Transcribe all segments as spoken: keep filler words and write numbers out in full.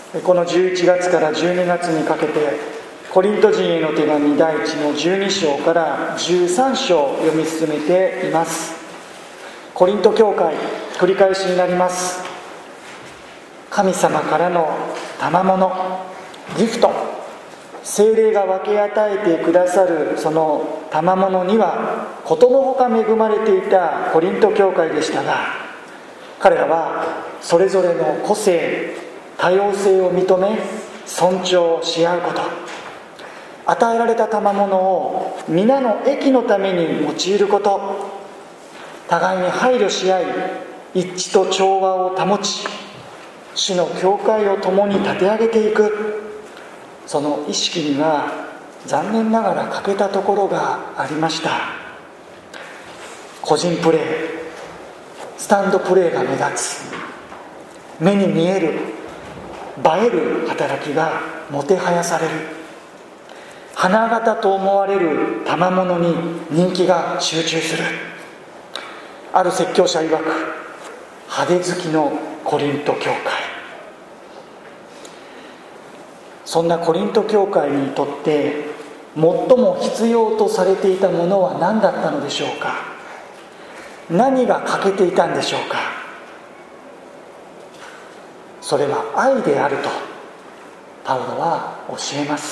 このじゅういちがつからじゅうにがつにかけてコリント人への手紙第一のじゅうに章からじゅうさん章を読み進めています。コリント教会、繰り返しになります。神様からの賜物、ギフト、聖霊が分け与えてくださるその賜物にはことのほか恵まれていたコリント教会でしたが、彼らはそれぞれの個性、多様性を認め尊重し合うこと、与えられた賜物を皆の益のために用いること、互いに配慮し合い一致と調和を保ち、主の教会を共に立て上げていく、その意識には残念ながら欠けたところがありました。個人プレー、スタンドプレーが目立つ、目に見える、映える働きがもてはやされる、花形と思われる賜物に人気が集中する。ある説教者曰く、派手好きのコリント教会。そんなコリント教会にとって最も必要とされていたものは何だったのでしょうか。何が欠けていたんでしょうか。それは愛であるとパウロは教えます。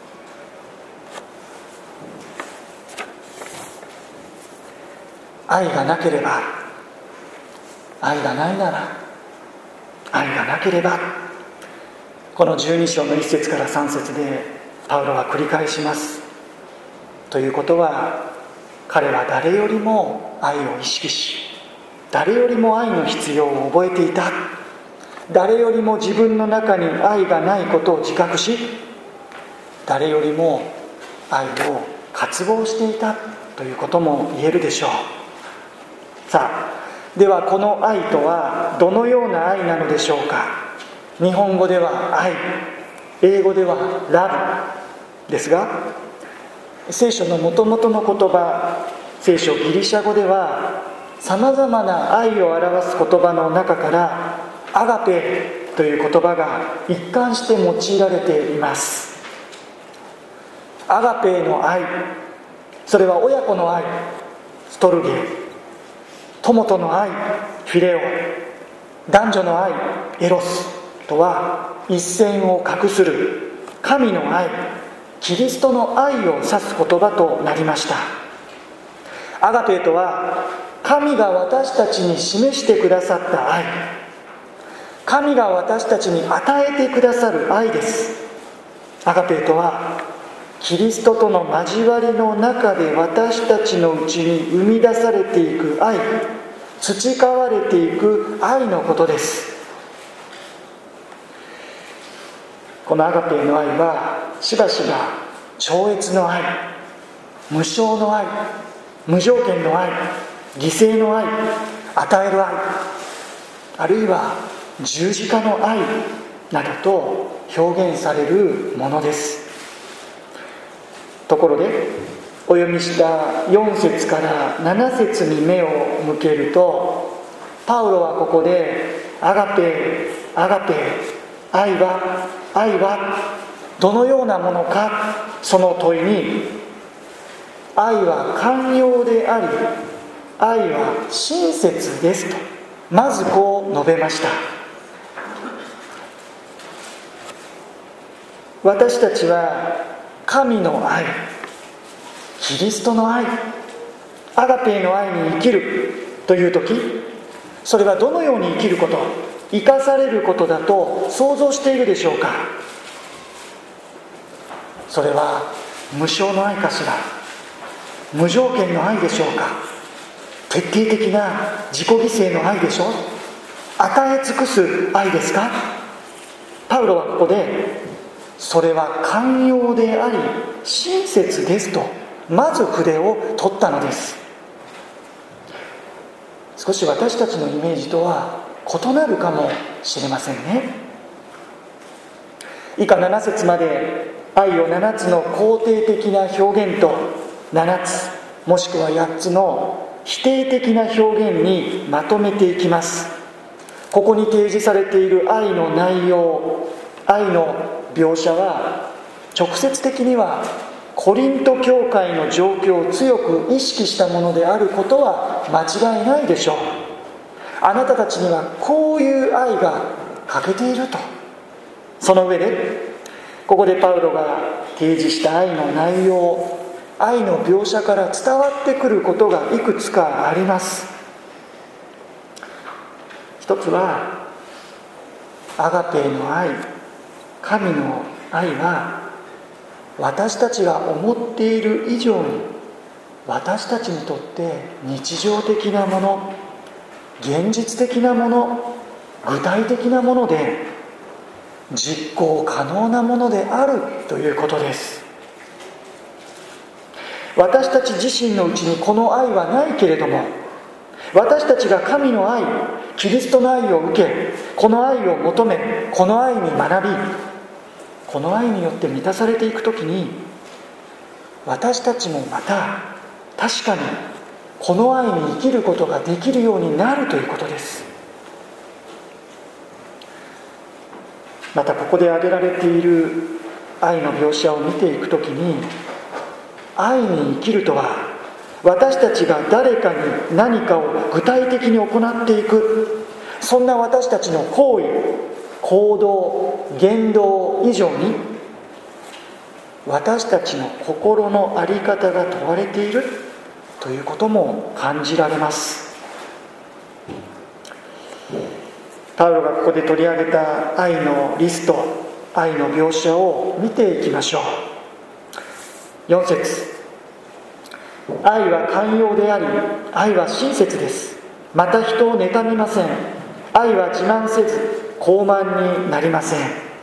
愛がなければ、愛がないなら、愛がなければ、このじゅうに章のいっ節からさん節でパウロは繰り返します。ということは、彼は誰よりも愛を意識し、誰よりも愛の必要を覚えていた。誰よりも自分の中に愛がないことを自覚し、誰よりも愛を渇望していたということも言えるでしょう。さあ、ではこの愛とはどのような愛なのでしょうか。日本語では愛、英語ではラブですが、聖書の元々の言葉、聖書ギリシャ語ではさまざまな愛を表す言葉の中からアガペという言葉が一貫して用いられています。アガペの愛、それは親子の愛、ストルゲ、友との愛、フィレオ、男女の愛、エロスとは一線を画する神の愛、キリストの愛を指す言葉となりました。アガペとは神が私たちに示してくださった愛、神が私たちに与えてくださる愛です。アガペとはキリストとの交わりの中で私たちのうちに生み出されていく愛、培われていく愛のことです。このアガペの愛はしばしば超越の愛、無償の愛、無条件の愛、犠牲の愛、与える愛、あるいは十字架の愛などと表現されるものです。ところでお読みしたよん節からなな節に目を向けると、パウロはここでアガペ、アガペ、愛は愛はどのようなものか、その問いに、愛は寛容であり愛は親切ですとまずこう述べました。私たちは神の愛、キリストの愛、アガペの愛に生きるという時、それはどのように生きること、生かされることだと想像しているでしょうか。それは無償の愛かしら、無条件の愛でしょうか、徹底的な自己犠牲の愛でしょう、与え尽くす愛ですか。パウロはここでそれは寛容であり親切ですとまず筆を取ったのです。少し私たちのイメージとは異なるかもしれませんね。以下なな節まで愛をななつの肯定的な表現とななつもしくはやっつの否定的な表現にまとめていきます。ここに提示されている愛の内容、 愛の描写は直接的にはコリント教会の状況を強く意識したものであることは間違いないでしょう。あなたたちにはこういう愛が欠けていると。その上でここでパウロが提示した愛の内容、愛の描写から伝わってくることがいくつかあります。一つはアガペの愛、神の愛は私たちが思っている以上に私たちにとって日常的なもの、現実的なもの、具体的なもので実行可能なものであるということです。私たち自身のうちにこの愛はないけれども、私たちが神の愛、キリストの愛を受け、この愛を求め、この愛に学び、この愛によって満たされていくときに、私たちもまた確かにこの愛に生きることができるようになるということです。またここで挙げられている愛の描写を見ていくときに、愛に生きるとは私たちが誰かに何かを具体的に行っていく、そんな私たちの行為、行動、言動以上に私たちの心の在り方が問われているということも感じられます。パウロがここで取り上げた愛のリスト、愛の描写を見ていきましょう。よん節、愛は寛容であり、愛は親切です。また人を妬みません。愛は自慢せず傲慢になりません。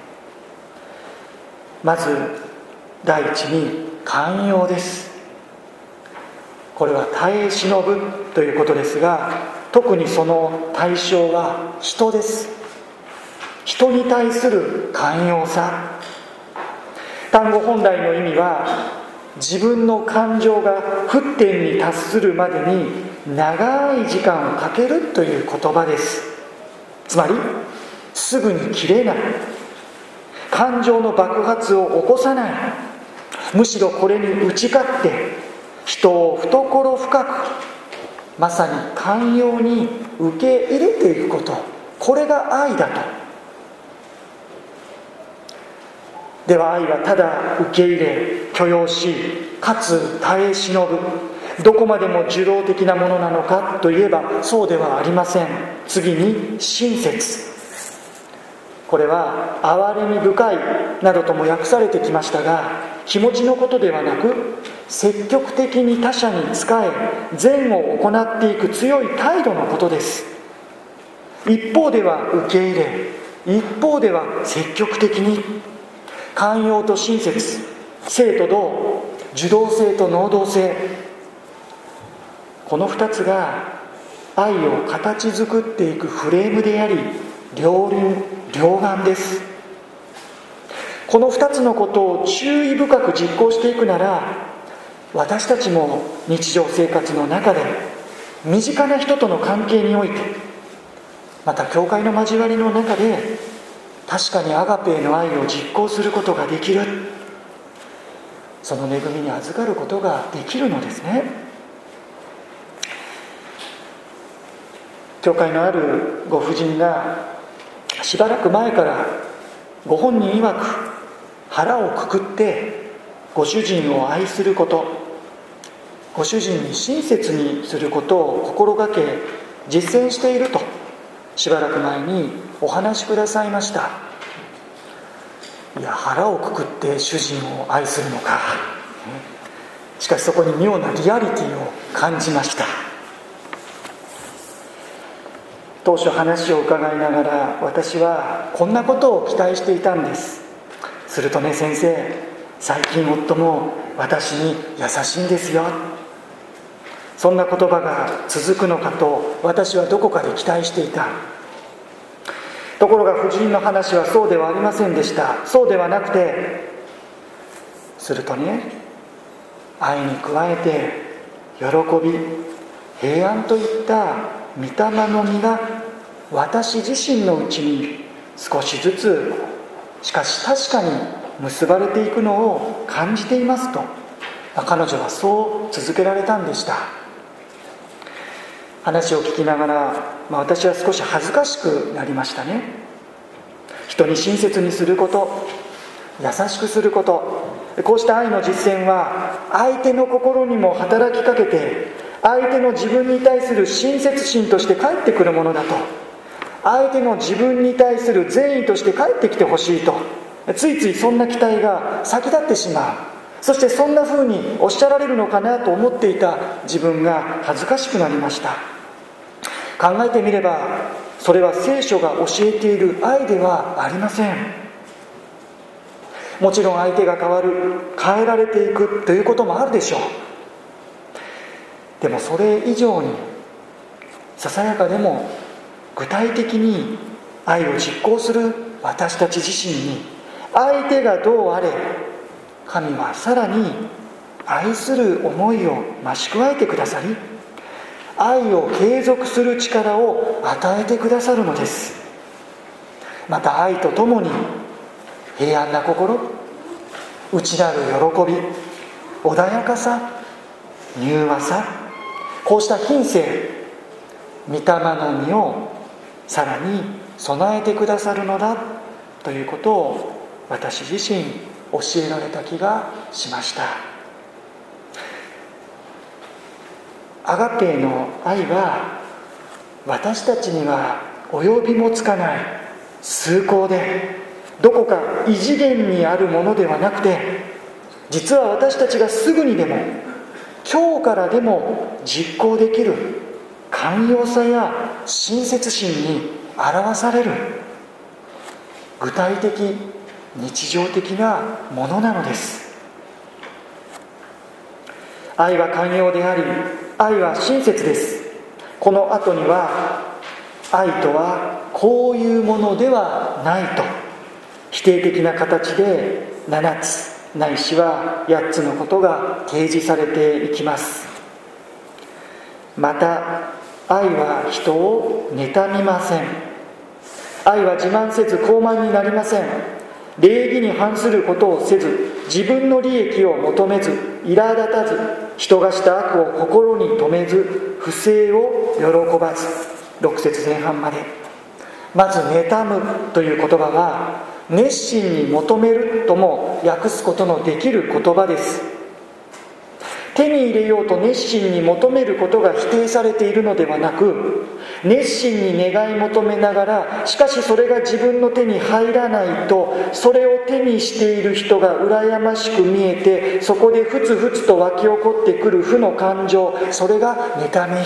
まず第一に寛容です。これは耐え忍ぶということですが、特にその対象は人です。人に対する寛容さ。単語本来の意味は、自分の感情が沸点に達するまでに長い時間をかけるという言葉です。つまりすぐに切れない、感情の爆発を起こさない、むしろこれに打ち勝って人を懐深く、まさに寛容に受け入れていくこと、これが愛だと。では愛はただ受け入れ許容し、かつ耐え忍ぶ、どこまでも受動的なものなのかといえばそうではありません。次に親切。これは憐れみ深いなどとも訳されてきましたが、気持ちのことではなく積極的に他者に仕え善を行っていく強い態度のことです。一方では受け入れ、一方では積極的に。寛容と親切、静と動、受動性と能動性、この二つが愛を形作っていくフレームであり、両輪両眼です。この二つのことを注意深く実行していくなら、私たちも日常生活の中で身近な人との関係において、また教会の交わりの中で確かにアガペへの愛を実行することができる、その恵みに預かることができるのですね。教会のあるご婦人がしばらく前からご本人曰く腹をくくってご主人を愛すること、ご主人に親切にすることを心がけ実践しているとしばらく前にお話しくださいました。いや、腹をくくって主人を愛するのか。しかしそこに妙なリアリティを感じました。当初話を伺いながら、私はこんなことを期待していたんです。するとね、先生、最近夫も私に優しいんですよ、そんな言葉が続くのかと私はどこかで期待していた。ところが夫人の話はそうではありませんでした。そうではなくて、するとね、愛に加えて喜び、平安といった御霊の実が私自身のうちに少しずつしかし確かに結ばれていくのを感じていますと、彼女はそう続けられたんでした。話を聞きながら、まあ、私は少し恥ずかしくなりましたね。人に親切にすること、優しくすること、こうした愛の実践は相手の心にも働きかけて、相手の自分に対する親切心として返ってくるものだと、相手の自分に対する善意として返ってきてほしいと、ついついそんな期待が先立ってしまう。そしてそんな風におっしゃられるのかなと思っていた自分が恥ずかしくなりました。考えてみれば、それは聖書が教えている愛ではありません。もちろん相手が変わる、変えられていくということもあるでしょう。でもそれ以上に、ささやかでも具体的に愛を実行する私たち自身に、相手がどうあれ、神はさらに愛する思いを増し加えてくださり、愛を継続する力を与えてくださるのです。また愛とともに平安な心、内なる喜び、穏やかさ、柔和さ、こうした品性、御霊の実をさらに備えてくださるのだということを、私自身教えられた気がしました。アガペーの愛は、私たちには及びもつかない崇高で、どこか異次元にあるものではなくて、実は私たちがすぐにでも、今日からでも実行できる寛容さや親切心に表される具体的、日常的なものなのです。愛は寛容であり、愛は親切です。この後には、愛とはこういうものではないと否定的な形でななつないしはやっつのことが提示されていきます。また、愛は人を妬みません。愛は自慢せず高慢になりません。礼儀に反することをせず、自分の利益を求めず、苛立たず、人がした悪を心に留めず、不正を喜ばず。ろく節前半まで。まず妬むという言葉は、熱心に求めるとも訳すことのできる言葉です。手に入れようと熱心に求めることが否定されているのではなく、熱心に願い求めながら、しかしそれが自分の手に入らないと、それを手にしている人が羨ましく見えて、そこでふつふつと湧き起こってくる負の感情、それが妬み。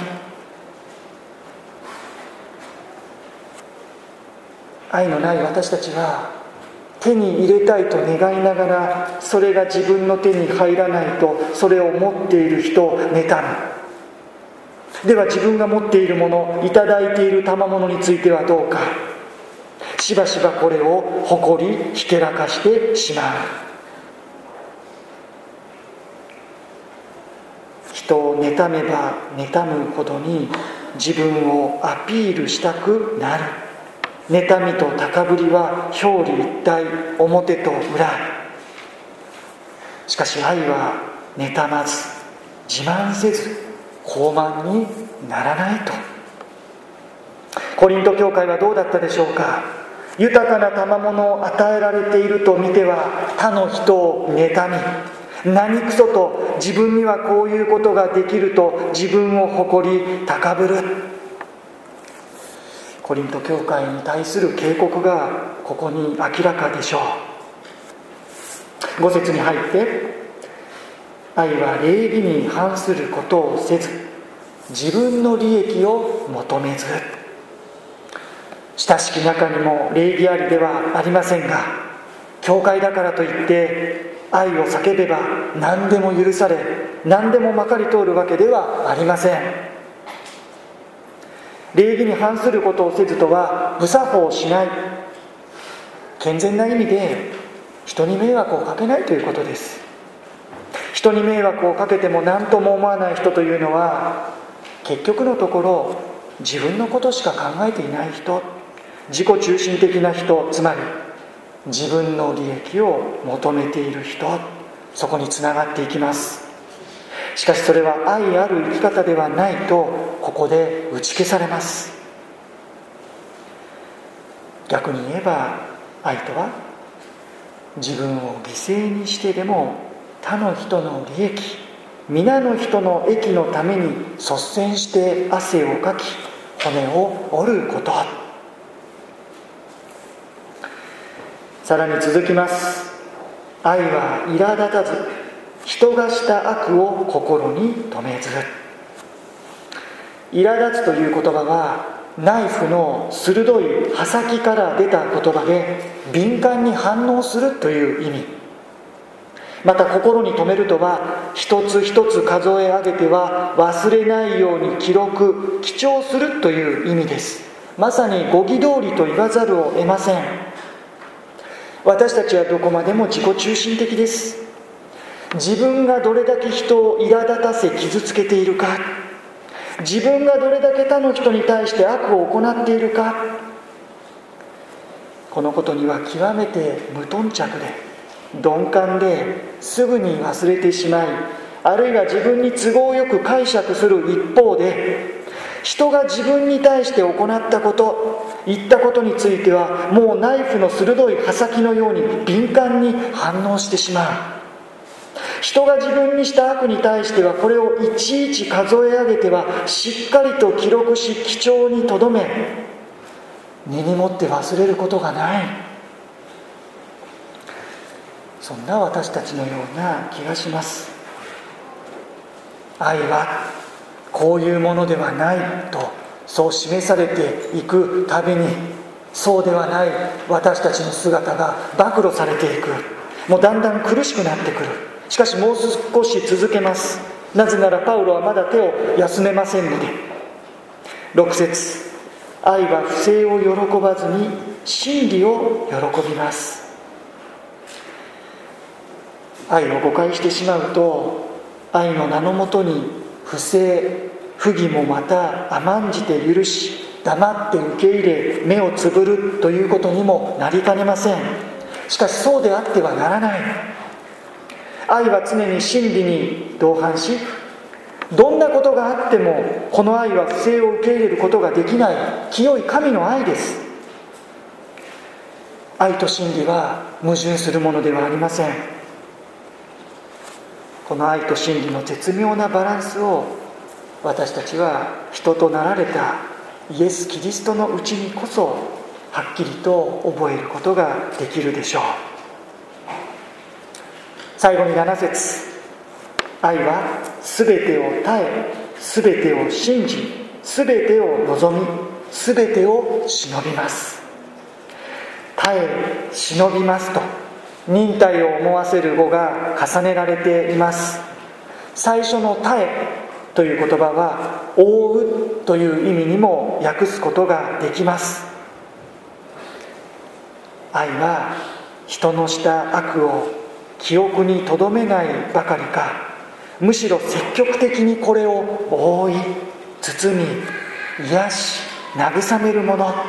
愛のない私たちは、手に入れたいと願いながら、それが自分の手に入らないと、それを持っている人を妬む。では自分が持っているもの、いただいている賜物についてはどうか。しばしばこれを誇りひけらかしてしまう。人を妬めば妬むほどに自分をアピールしたくなる。妬みと高ぶりは表裏一体、表と裏。しかし愛は妬まず、自慢せず、高慢にならないと。コリント教会はどうだったでしょうか。豊かな賜物を与えられていると見ては、他の人を妬み、何くそと自分にはこういうことができると自分を誇り高ぶる。コリント教会に対する警告がここに明らかでしょう。ご節に入って、愛は礼儀に反することをせず、自分の利益を求めず。親しき中にも礼儀ありではありませんが、教会だからといって愛を叫べば何でも許され、何でもまかり通るわけではありません。礼儀に反することをせずとは、無作法をしない、健全な意味で人に迷惑をかけないということです。人に迷惑をかけても何とも思わない人というのは、結局のところ自分のことしか考えていない人、自己中心的な人、つまり自分の利益を求めている人、そこにつながっていきます。しかしそれは愛ある生き方ではないと、ここで打ち消されます。逆に言えば、愛とは自分を犠牲にしてでも他の人の利益、皆の人の益のために率先して汗をかき骨を折ること。さらに続きます。愛は苛立たず、人がした悪を心に留めず。苛立つという言葉はナイフの鋭い刃先から出た言葉で、敏感に反応するという意味。また心に留めるとは、一つ一つ数え上げては忘れないように記録記帳するという意味です。まさに語義通りと言わざるを得ません。私たちはどこまでも自己中心的です。自分がどれだけ人を苛立たせ傷つけているか、自分がどれだけ他の人に対して悪を行っているか、このことには極めて無頓着で鈍感ですぐに忘れてしまい、あるいは自分に都合よく解釈する一方で、人が自分に対して行ったこと、言ったことについてはもうナイフの鋭い刃先のように敏感に反応してしまう。人が自分にした悪に対してはこれをいちいち数え上げてはしっかりと記録し記帳に留め、根に持って忘れることがない。そんな私たちのような気がします。愛はこういうものではないとそう示されていくたびに、そうではない私たちの姿が暴露されていく。もうだんだん苦しくなってくる。しかしもう少し続けます。なぜならパウロはまだ手を休めませんので。ろく節、愛は不正を喜ばずに真理を喜びます。愛を誤解してしまうと、愛の名のもとに不正不義もまた甘んじて許し、黙って受け入れ目をつぶるということにもなりかねません。しかしそうであってはならない。愛は常に真理に同伴し、どんなことがあってもこの愛は不正を受け入れることができない清い神の愛です。愛と真理は矛盾するものではありません。この愛と真理の絶妙なバランスを私たちは人となられたイエス・キリストのうちにこそはっきりと覚えることができるでしょう。最後になな節、愛はすべてを耐え、すべてを信じ、すべてを望み、すべてを忍びます。耐え忍びますと忍耐を思わせる語が重ねられています。最初の耐えという言葉は覆うという意味にも訳すことができます。愛は人のした悪を記憶に留めないばかりか、むしろ積極的にこれを覆い包み癒し慰めるもの。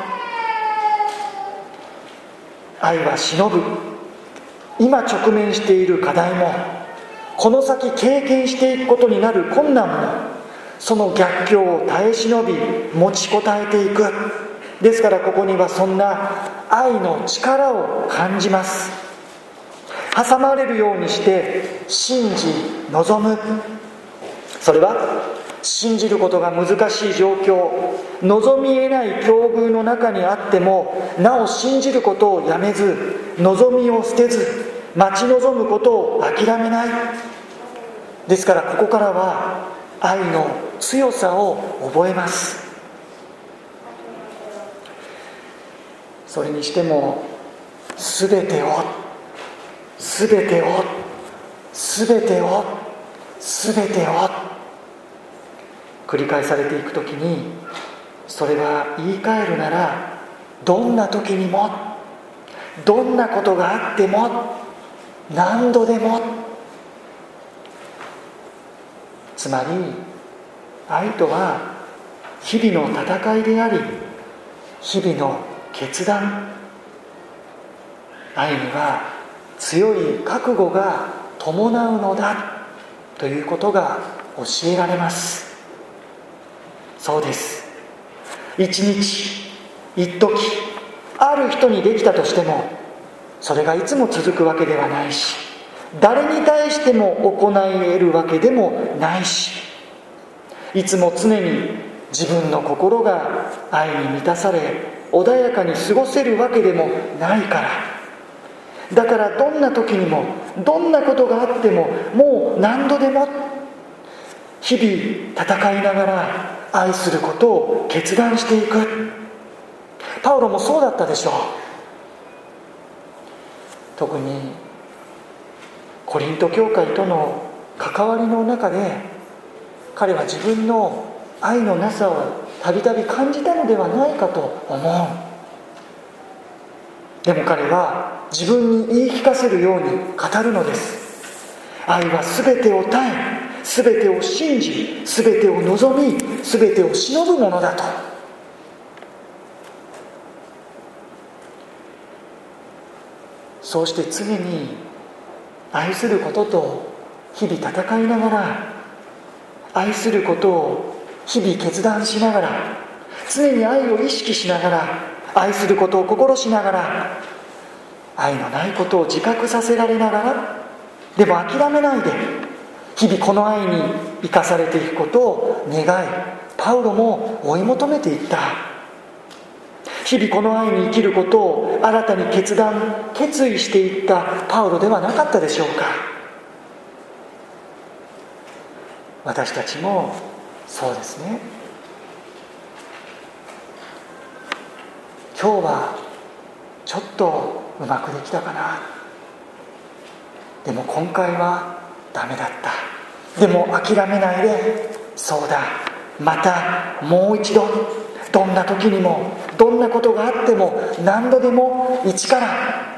愛は忍ぶ。今直面している課題も、この先経験していくことになる困難も、その逆境を耐え忍び持ちこたえていく。ですからここにはそんな愛の力を感じます。挟まれるようにして信じ望む。それは信じることが難しい状況、望み得ない境遇の中にあってもなお信じることをやめず、望みを捨てず待ち望むことを諦めない。ですからここからは愛の強さを覚えます。それにしてもすべてをすべてをすべてをすべてを繰り返されていくときに、それは言い換えるなら、どんな時にもどんなことがあっても何度でも、つまり愛とは日々の戦いであり、日々の決断、 愛には強い覚悟が伴うのだということが教えられます。そうです。一日一時ある人にできたとしても、それがいつも続くわけではないし、誰に対しても行い得るわけでもないし、いつも常に自分の心が愛に満たされ穏やかに過ごせるわけでもないから、だからどんな時にもどんなことがあってももう何度でも日々戦いながら愛することを決断していく。パウロもそうだったでしょう。特にコリント教会との関わりの中で、彼は自分の愛のなさをたびたび感じたのではないかと思う。でも彼は自分に言い聞かせるように語るのです。愛はすべてを耐え、すべてを信じ、すべてを望み、すべてを忍ぶものだと。そうして常に愛することと日々戦いながら、愛することを日々決断しながら、常に愛を意識しながら、愛することを心しながら、愛のないことを自覚させられながら、でも諦めないで日々この愛に生かされていくことを願い、パウロも追い求めていった。日々この愛に生きることを新たに決断決意していったパウロではなかったでしょうか。私たちもそうですね。今日はちょっとうまくできたかな、でも今回はダメだった、でも諦めないで、そうだ、またもう一度、どんな時にもどんなことがあっても何度でも一から。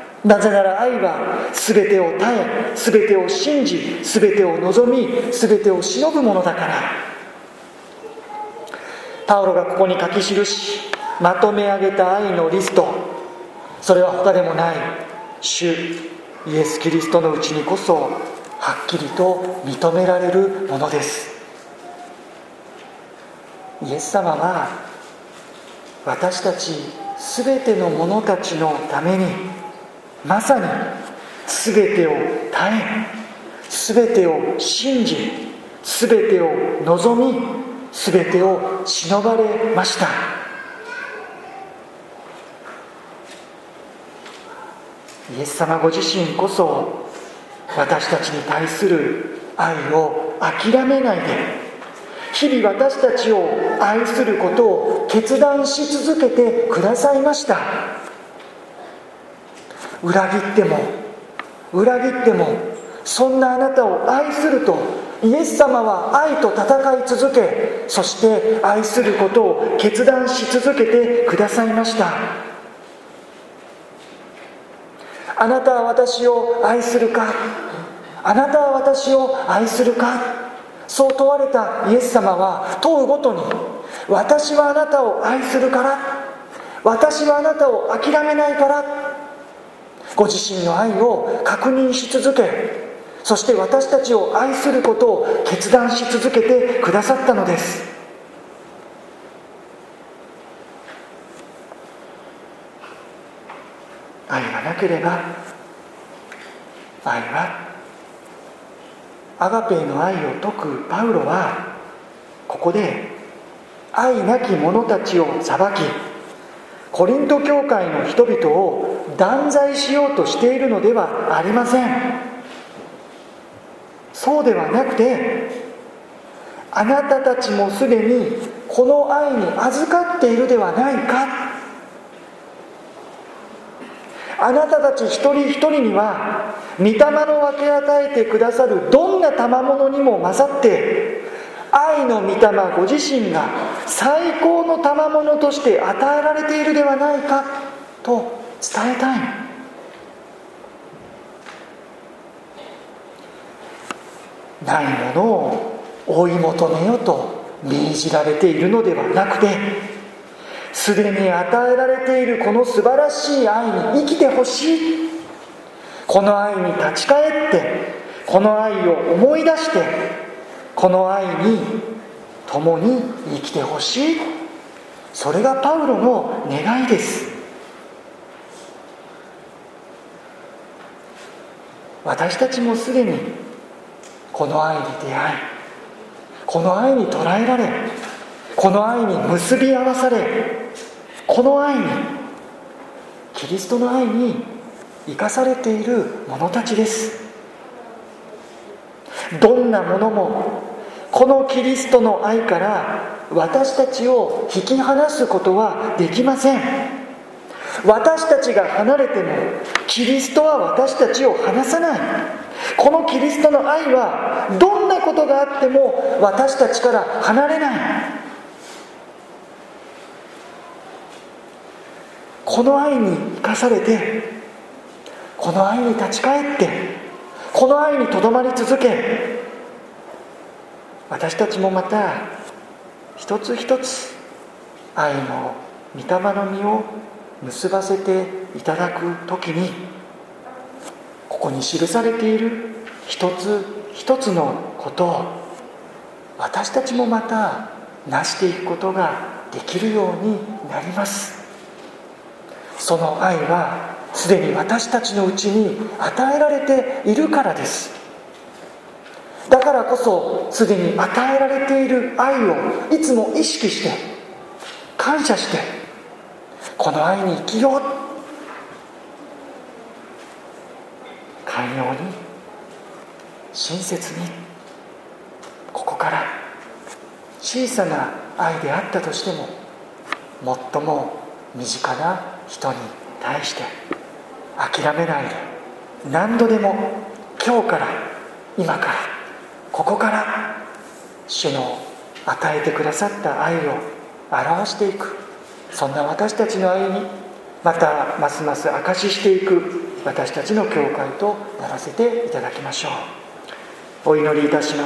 なぜなら愛は全てを耐え、全てを信じ、全てを望み、全てを忍ぶものだから。パウロがここに書き記しまとめ上げた愛のリスト、それは他でもない主イエス・キリストのうちにこそはっきりと認められるものです。イエス様は私たちすべての者たちのために、まさにすべてを耐え、すべてを信じ、すべてを望み、すべてを忍ばれました。イエス様ご自身こそ私たちに対する愛を諦めないで、日々私たちを愛することを決断し続けてくださいました。裏切っても裏切ってもそんなあなたを愛するとイエス様は愛と戦い続け、そして愛することを決断し続けてくださいました。あなたは私を愛するか、あなたは私を愛するか、そう問われたイエス様は問うごとに、私はあなたを愛するから、私はあなたを諦めないから、ご自身の愛を確認し続け、そして私たちを愛することを決断し続けてくださったのです。愛がなければ、愛はアガペーの愛を説くパウロはここで愛なき者たちを裁き、コリント教会の人々を断罪しようとしているのではありません。そうではなくて、あなたたちもすでにこの愛に預かっているではないか、あなたたち一人一人には御霊の分け与えてくださるどんな賜物にも勝って愛の御霊ご自身が最高の賜物として与えられているではないかと伝えたい。ないものを追い求めよと命じられているのではなくて、すでに与えられているこの素晴らしい愛に生きてほしい、 この愛に立ち返って、この愛を思い出して、この愛に共に生きてほしい。それがパウロの願いです。私たちもすでにこの愛に出会い、この愛に捉えられ、この愛に結び合わされ、この愛に、キリストの愛に生かされている者たちです。どんなものもこのキリストの愛から私たちを引き離すことはできません。私たちが離れてもキリストは私たちを離さない。このキリストの愛はどんなことがあっても私たちから離れない。この愛に生かされて、この愛に立ち返って、この愛にとどまり続け、私たちもまた一つ一つ愛の御霊の実を結ばせていただくときに、ここに記されている一つ一つのことを私たちもまた成していくことができるようになります。その愛はすでに私たちのうちに与えられているからです。だからこそすでに与えられている愛をいつも意識して感謝して、この愛に生きよう、寛容に親切に、ここから小さな愛であったとしても最も身近な人に対して諦めないで、何度でも今日から、今から、ここから主の与えてくださった愛を表していく、そんな私たちの愛にまたますます証ししていく私たちの教会とならせていただきましょう。お祈りいたします。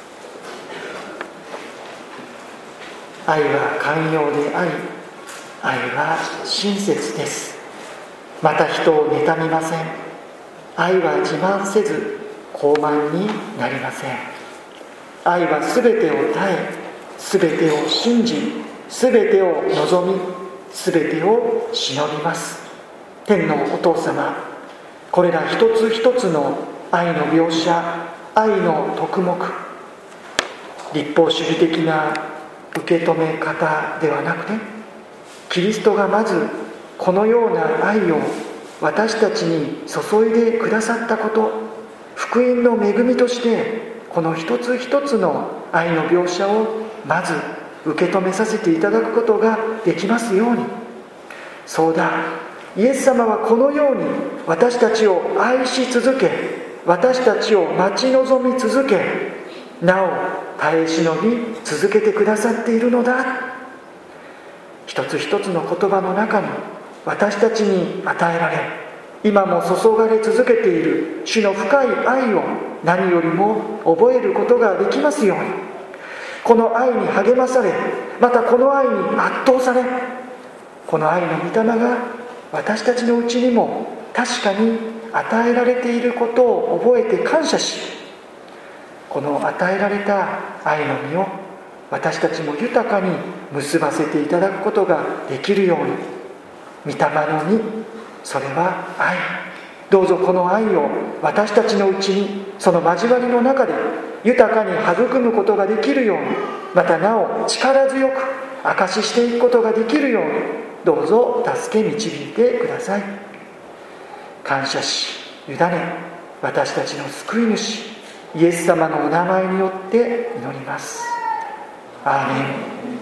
愛は寛容であり、愛は親切です。また人を妬みません。愛は自慢せず傲慢になりません。愛はすべてを耐え、すべてを信じ、すべてを望み、すべてを忍びます。天のお父様、これら一つ一つの愛の描写、愛の徳目、立法主義的な受け止め方ではなくね、キリストがまずこのような愛を私たちに注いでくださったこと、福音の恵みとしてこの一つ一つの愛の描写をまず受け止めさせていただくことができますように。そうだ、イエス様はこのように私たちを愛し続け、私たちを待ち望み続け、なお耐え忍び続けてくださっているのだ。一つ一つの言葉の中に私たちに与えられ、今も注がれ続けている主の深い愛を何よりも覚えることができますように。この愛に励まされ、またこの愛に圧倒され、この愛の御霊が私たちのうちにも確かに与えられていることを覚えて感謝し、この与えられた愛の実を私たちも豊かに結ばせていただくことができるように。御霊の実、それは愛。どうぞこの愛を私たちのうちに、その交わりの中で豊かに育むことができるように、またなお力強く証ししていくことができるように、どうぞ助け導いてください。感謝し委ね、私たちの救い主イエス様のお名前によって祈ります。アーメン。